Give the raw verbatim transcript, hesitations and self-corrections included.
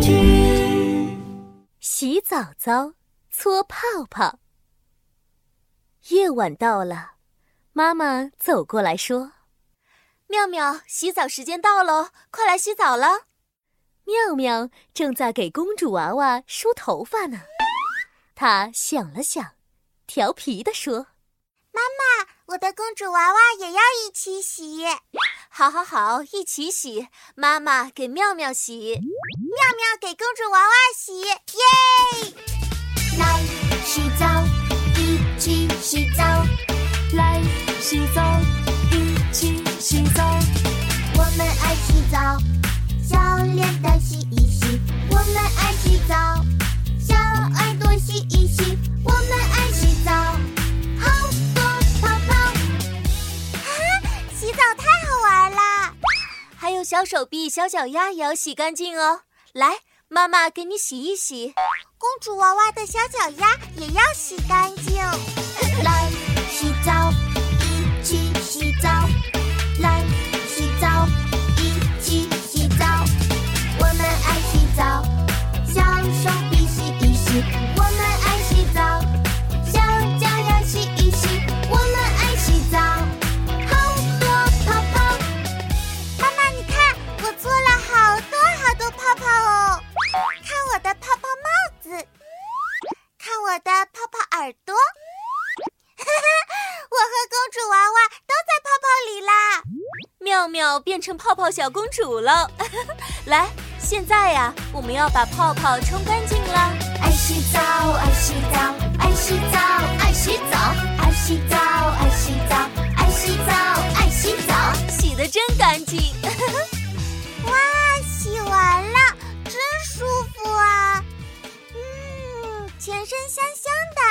剧。 洗澡澡，搓泡泡。夜晚到了，妈妈走过来说： 妙妙，洗澡时间到了，快来洗澡了。 妙妙正在给公主娃娃梳头发呢。她想了想，调皮地说： 妈妈，我的公主娃娃也要一起洗。 好好好，一起洗。妈妈给妙妙洗， 妙妙给公主娃娃洗，耶！ 来洗澡，一起洗澡，来洗澡，一起洗澡。 我们爱洗澡，小脸蛋洗一洗。我们爱洗澡，小耳朵洗一洗。我们爱洗澡，好多泡泡。啊，洗澡太好玩啦！ 还有小手臂、小脚丫也要洗干净哦。来，妈妈给你洗一洗。 公主娃娃的小脚丫也要洗干净。 来洗澡，一起洗澡，来洗澡，一起洗澡。 我们爱洗澡，小手臂洗一洗。我们爱洗澡，小脚丫洗一洗。我们爱洗澡，好多泡泡。妈妈，你看，我做了好多好多泡泡哦。看我的泡泡帽子，看我的泡泡耳朵。我和公主娃娃都在泡泡里啦。 妙妙变成泡泡小公主了。来，现在呀，我们要把泡泡冲干净了。 爱洗澡，爱洗澡，爱洗澡，爱洗澡，爱洗澡，爱洗澡，爱洗澡，爱洗澡， 洗得真干净。 哇，洗完了，真舒服啊！嗯，全身香香的。